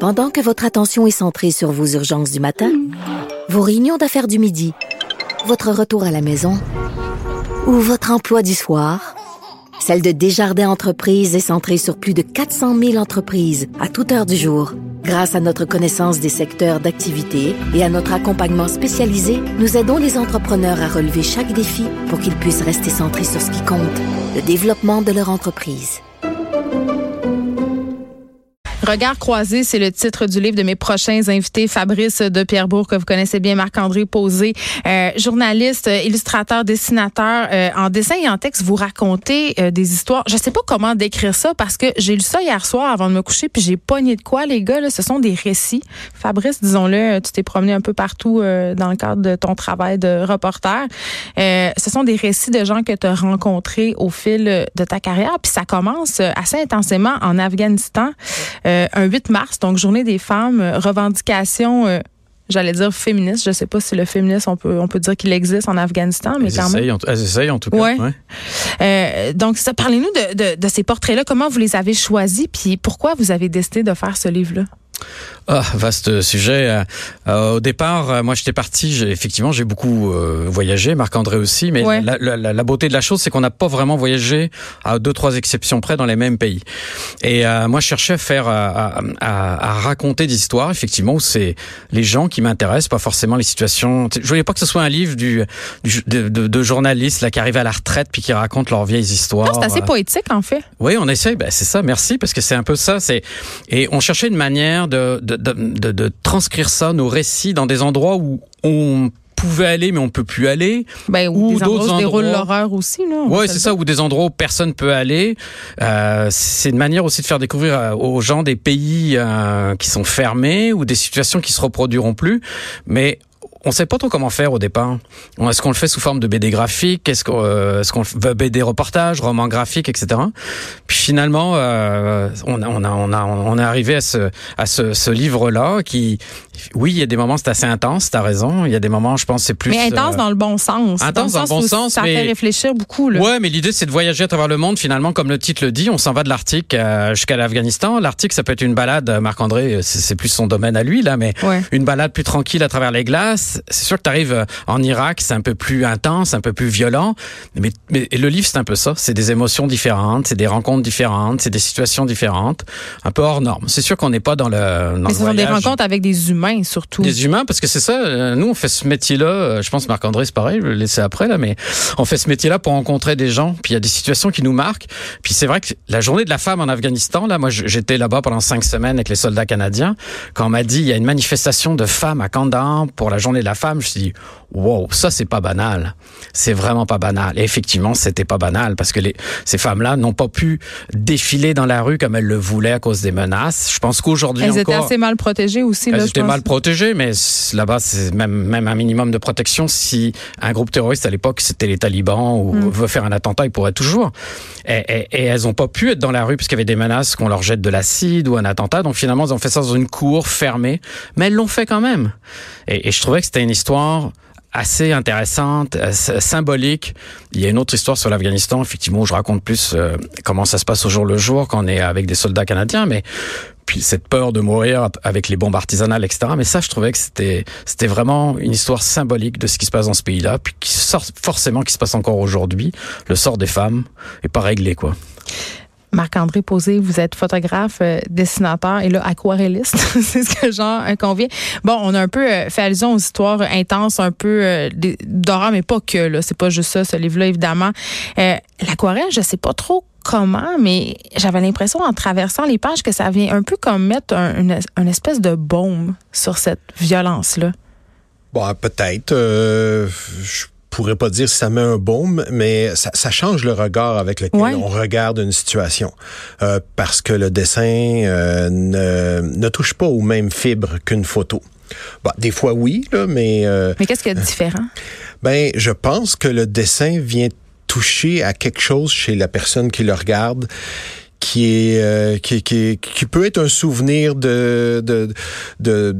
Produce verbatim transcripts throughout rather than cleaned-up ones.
Pendant que votre attention est centrée sur vos urgences du matin, vos réunions d'affaires du midi, votre retour à la maison ou votre emploi du soir, celle de Desjardins Entreprises est centrée sur plus de quatre cent mille entreprises à toute heure du jour. Grâce à notre connaissance des secteurs d'activité et à notre accompagnement spécialisé, nous aidons les entrepreneurs à relever chaque défi pour qu'ils puissent rester centrés sur ce qui compte, le développement de leur entreprise. Regard croisé, c'est le titre du livre de mes prochains invités. Fabrice de Pierrebourg, que vous connaissez bien, Marc-André Posé, euh, journaliste, illustrateur, dessinateur. Euh, en dessin et en texte, vous racontez euh, des histoires. Je sais pas comment décrire ça parce que j'ai lu ça hier soir avant de me coucher puis j'ai pogné de quoi, les gars. Là, ce sont des récits. Fabrice, disons-le, tu t'es promené un peu partout euh, dans le cadre de ton travail de reporter. Euh, ce sont des récits de gens que tu as rencontrés au fil de ta carrière. Puis ça commence assez intensément en Afghanistan. Euh, un huit mars, donc Journée des femmes, euh, revendication, euh, j'allais dire féministe. Je sais pas si le féminisme, on peut on peut dire qu'il existe en Afghanistan, mais elles quand essayent, même. Elles essayent en tout cas. Ouais. Ouais. Euh, donc, ça, parlez-nous de, de, de ces portraits-là. Comment vous les avez choisis, puis pourquoi vous avez décidé de faire ce livre-là? Ah, vaste sujet. Euh, au départ, euh, moi, j'étais parti. J'ai, effectivement, j'ai beaucoup euh, voyagé. Marc-André aussi. Mais ouais. la, la, la beauté de la chose, c'est qu'on n'a pas vraiment voyagé à deux, trois exceptions près dans les mêmes pays. Et euh, moi, je cherchais à faire, à, à, à raconter des histoires, effectivement, où c'est les gens qui m'intéressent, pas forcément les situations. Je voulais pas que ce soit un livre du, du de, de, de journalistes là qui arrivent à la retraite puis qui racontent leurs vieilles histoires. Non, c'est assez poétique, en fait. Oui, on essaye. Ben, c'est ça. Merci, parce que c'est un peu ça. C'est et on cherchait une manière de de, de, de, de transcrire ça, nos récits, dans des endroits où on pouvait aller, mais on ne peut plus aller. Ben, ou, ou des endroits où se déroule l'horreur aussi. Oui, c'est ça, ou des endroits où personne ne peut aller. Euh, c'est une manière aussi de faire découvrir aux gens des pays euh, qui sont fermés ou des situations qui se reproduiront plus. Mais on ne sait pas trop comment faire au départ. Est-ce qu'on le fait sous forme de B D graphique? Est-ce qu'on, euh, est-ce qu'on veut B D reportage, roman graphique, et cetera. Puis finalement, euh, on a, on a, on a, on est arrivé à ce, à ce, ce livre-là qui, oui, il y a des moments c'est assez intense. T'as raison. Il y a des moments, je pense, c'est plus. Mais intense euh, dans le bon sens. Intense dans le, dans le bon sens. Ça mais... fait réfléchir beaucoup. Là. Ouais, mais l'idée c'est de voyager à travers le monde. Finalement, comme le titre le dit, on s'en va de l'Arctique euh, jusqu'à l'Afghanistan. L'Arctique, ça peut être une balade. Marc-André, c'est, c'est plus son domaine à lui là, mais ouais. Une balade plus tranquille à travers les glaces. C'est sûr que tu arrives en Irak, c'est un peu plus intense, un peu plus violent, mais, mais le livre c'est un peu ça, c'est des émotions différentes, c'est des rencontres différentes, c'est des situations différentes, un peu hors norme. C'est sûr qu'on n'est pas dans le dans Mais le ce sont voyage. des rencontres avec des humains surtout. Des humains, parce que c'est ça, nous on fait ce métier-là, je pense Marc-André c'est pareil, je vais le laisser après là, mais on fait ce métier-là pour rencontrer des gens, puis il y a des situations qui nous marquent, puis c'est vrai que la journée de la femme en Afghanistan, là, moi j'étais là-bas pendant cinq semaines avec les soldats canadiens, quand on m'a dit il y a une manifestation de femmes à Kandahar pour la journée de la femme, je me suis dit wow, ça c'est pas banal. C'est vraiment pas banal. Et effectivement, c'était pas banal parce que les, ces femmes-là n'ont pas pu défiler dans la rue comme elles le voulaient à cause des menaces. Je pense qu'aujourd'hui elles encore... Elles étaient assez mal protégées aussi. Elles là, étaient je pense. mal protégées, mais là-bas, c'est même, même un minimum de protection. Si un groupe terroriste à l'époque, c'était les talibans ou mm. veut faire un attentat, il pourrait toujours. Et, et, et elles n'ont pas pu être dans la rue puisqu'il y avait des menaces qu'on leur jette de l'acide ou un attentat. Donc finalement, ils ont fait ça dans une cour fermée. Mais elles l'ont fait quand même. Et, et je trouvais que c'était une histoire assez intéressante, symbolique. Il y a une autre histoire sur l'Afghanistan, effectivement, où je raconte plus euh, comment ça se passe au jour le jour quand on est avec des soldats canadiens, mais puis cette peur de mourir avec les bombes artisanales, et cetera. Mais ça, je trouvais que c'était c'était vraiment une histoire symbolique de ce qui se passe dans ce pays-là, puis qui sort forcément qui se passe encore aujourd'hui. Le sort des femmes est pas réglé, quoi. Marc-André Posé, vous êtes photographe, euh, dessinateur et là, aquarelliste. C'est ce que genre euh, convient. Bon, on a un peu euh, fait allusion aux histoires intenses, un peu euh, d'horreur, mais pas que, là. C'est pas juste ça, ce livre-là, évidemment. Euh, l'aquarelle, je sais pas trop comment, mais j'avais l'impression, en traversant les pages, que ça vient un peu comme mettre un, une, une espèce de baume sur cette violence-là. Bon, peut-être. Euh, je pourrais pas dire si ça met un baume, mais ça, ça change le regard avec lequel ouais. on regarde une situation. Euh, parce que le dessin euh, ne, ne touche pas aux mêmes fibres qu'une photo. Bon, des fois, oui, là, mais... Euh, mais qu'est-ce qu'il y a de différent? Ben, je pense que le dessin vient toucher à quelque chose chez la personne qui le regarde, qui est euh, qui, qui qui peut être un souvenir de de de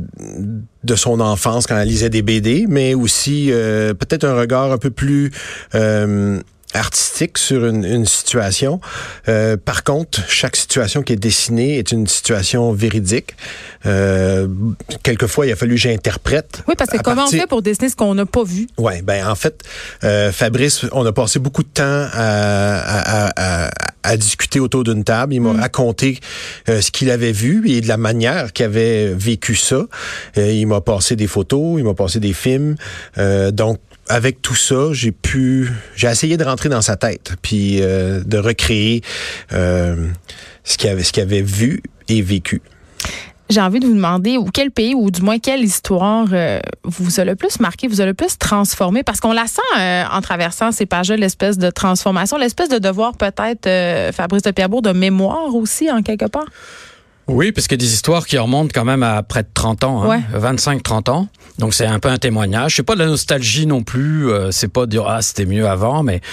de son enfance quand elle lisait des B D, mais aussi euh, peut-être un regard un peu plus euh, artistique sur une, une situation. Euh, par contre, chaque situation qui est dessinée est une situation véridique. Euh, quelquefois, il a fallu que j'interprète. Oui, parce que comment partir... on fait pour dessiner ce qu'on n'a pas vu? Oui, ben en fait, euh, Fabrice, on a passé beaucoup de temps à, à, à, à discuter autour d'une table. Il m'a mmh. raconté euh, ce qu'il avait vu et de la manière qu'il avait vécu ça. Euh, il m'a passé des photos, il m'a passé des films. Euh, donc, avec tout ça, j'ai pu, j'ai essayé de rentrer dans sa tête, puis euh, de recréer euh, ce qu'il avait, ce qu'il avait vu et vécu. J'ai envie de vous demander ou quel pays ou du moins quelle histoire euh, vous a le plus marqué, vous a le plus transformé, parce qu'on la sent euh, en traversant ces pages-là, l'espèce de transformation, l'espèce de devoir peut-être, euh, Fabrice de Pierrebourg, de mémoire aussi en quelque part. Oui, parce qu'il y a des histoires qui remontent quand même à près de trente ans, hein, ouais. vingt-cinq trente ans. Donc c'est un peu un témoignage. C'est pas de la nostalgie non plus. Euh, c'est pas de dire ah c'était mieux avant, mais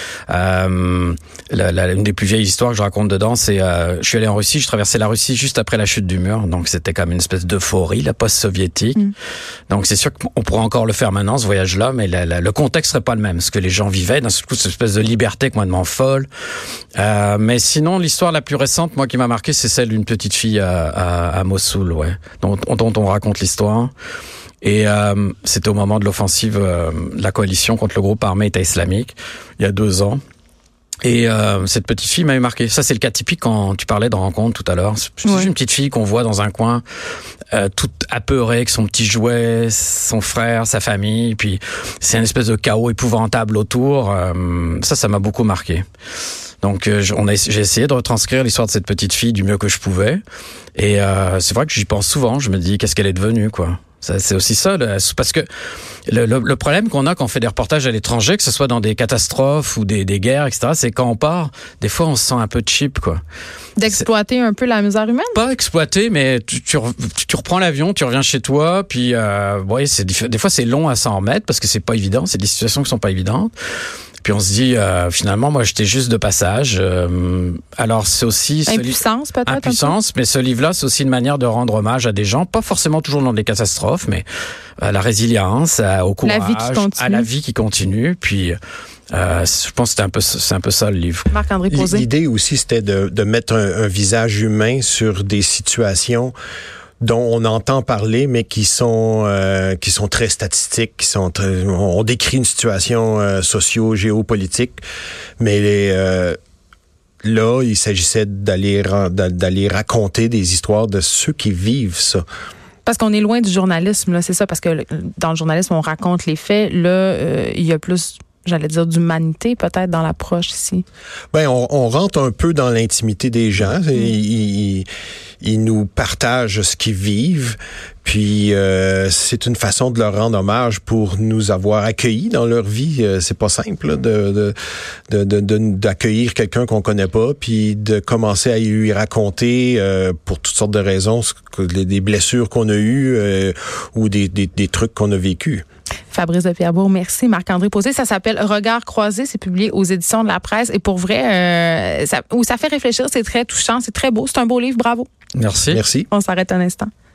euh, la, la, une des plus vieilles histoires que je raconte dedans, c'est euh, je suis allé en Russie, je traversais la Russie juste après la chute du mur, donc c'était comme une espèce d'euphorie, la post-soviétique. Mm. Donc c'est sûr qu'on pourrait encore le faire maintenant ce voyage-là, mais la, la, le contexte serait pas le même. Ce que les gens vivaient, d'un seul coup, cette espèce de liberté complètement folle. Euh, mais sinon, l'histoire la plus récente, moi qui m'a marqué, c'est celle d'une petite fille à, à, à Mossoul, ouais, dont, dont on raconte l'histoire. Et euh, c'était au moment de l'offensive euh, de la coalition contre le groupe armé État islamique, il y a deux ans. Et euh, cette petite fille m'avait marqué. Ça, c'est le cas typique quand tu parlais de rencontre tout à l'heure. C'est ouais. une petite fille qu'on voit dans un coin, euh, toute apeurée, avec son petit jouet, son frère, sa famille. Puis c'est une espèce de chaos épouvantable autour. Euh, ça, ça m'a beaucoup marqué. Donc, euh, on a, j'ai essayé de retranscrire l'histoire de cette petite fille du mieux que je pouvais. Et euh, c'est vrai que j'y pense souvent. Je me dis, qu'est-ce qu'elle est devenue, quoi. Ça, c'est aussi ça, parce que le, le, le problème qu'on a quand on fait des reportages à l'étranger, que ce soit dans des catastrophes ou des, des guerres, et cetera, c'est quand on part, des fois on se sent un peu cheap, quoi. D'exploiter c'est, un peu la misère humaine? Pas exploiter, mais tu, tu, tu reprends l'avion, tu reviens chez toi, puis euh, ouais, c'est, des fois c'est long à s'en remettre parce que c'est pas évident, c'est des situations qui sont pas évidentes. Puis on se dit, euh, finalement, moi, j'étais juste de passage. Euh, alors, c'est aussi... Impuissance, peut-être? Impuissance, mais ce livre-là, c'est aussi une manière de rendre hommage à des gens, pas forcément toujours dans des catastrophes, mais à la résilience, à, au courage, la vie qui continue. à la vie qui continue. Puis, euh, je pense que c'est un peu, c'est un peu ça, le livre. Marc-André Posé. L'idée aussi, c'était de, de mettre un, un visage humain sur des situations dont on entend parler, mais qui sont euh, qui sont très statistiques, qui sont très, on décrit une situation euh, socio-géopolitique, mais les, euh, là, il s'agissait d'aller d'aller raconter des histoires de ceux qui vivent ça. Parce qu'on est loin du journalisme, là, c'est ça, parce que dans le journalisme, on raconte les faits. Là, euh, il y a plus, j'allais dire, d'humanité peut-être dans l'approche ici. Ben, on, on rentre un peu dans l'intimité des gens. Mmh. Ils, ils, ils nous partagent ce qu'ils vivent. Puis euh, c'est une façon de leur rendre hommage pour nous avoir accueillis dans leur vie. Euh, c'est pas simple là, de, de, de, de, de d'accueillir quelqu'un qu'on connaît pas, puis de commencer à lui raconter euh, pour toutes sortes de raisons des blessures qu'on a eues euh, ou des, des, des trucs qu'on a vécus. Fabrice de Pierrebourg, merci. Marc-André Posé, ça s'appelle Regards croisés, c'est publié aux éditions de La Presse. Et pour vrai, euh, ça, où ça fait réfléchir, c'est très touchant, c'est très beau, c'est un beau livre, bravo. Merci. Merci. On s'arrête un instant.